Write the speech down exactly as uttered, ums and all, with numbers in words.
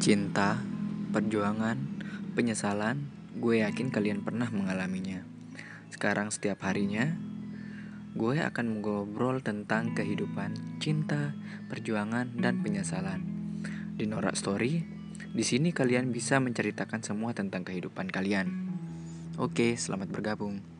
Cinta, perjuangan, penyesalan, gue yakin kalian pernah mengalaminya. Sekarang setiap harinya, gue akan mengobrol tentang kehidupan, cinta, perjuangan, dan penyesalan. Di Norak Story, di sini kalian bisa menceritakan semua tentang kehidupan kalian. Oke, selamat bergabung.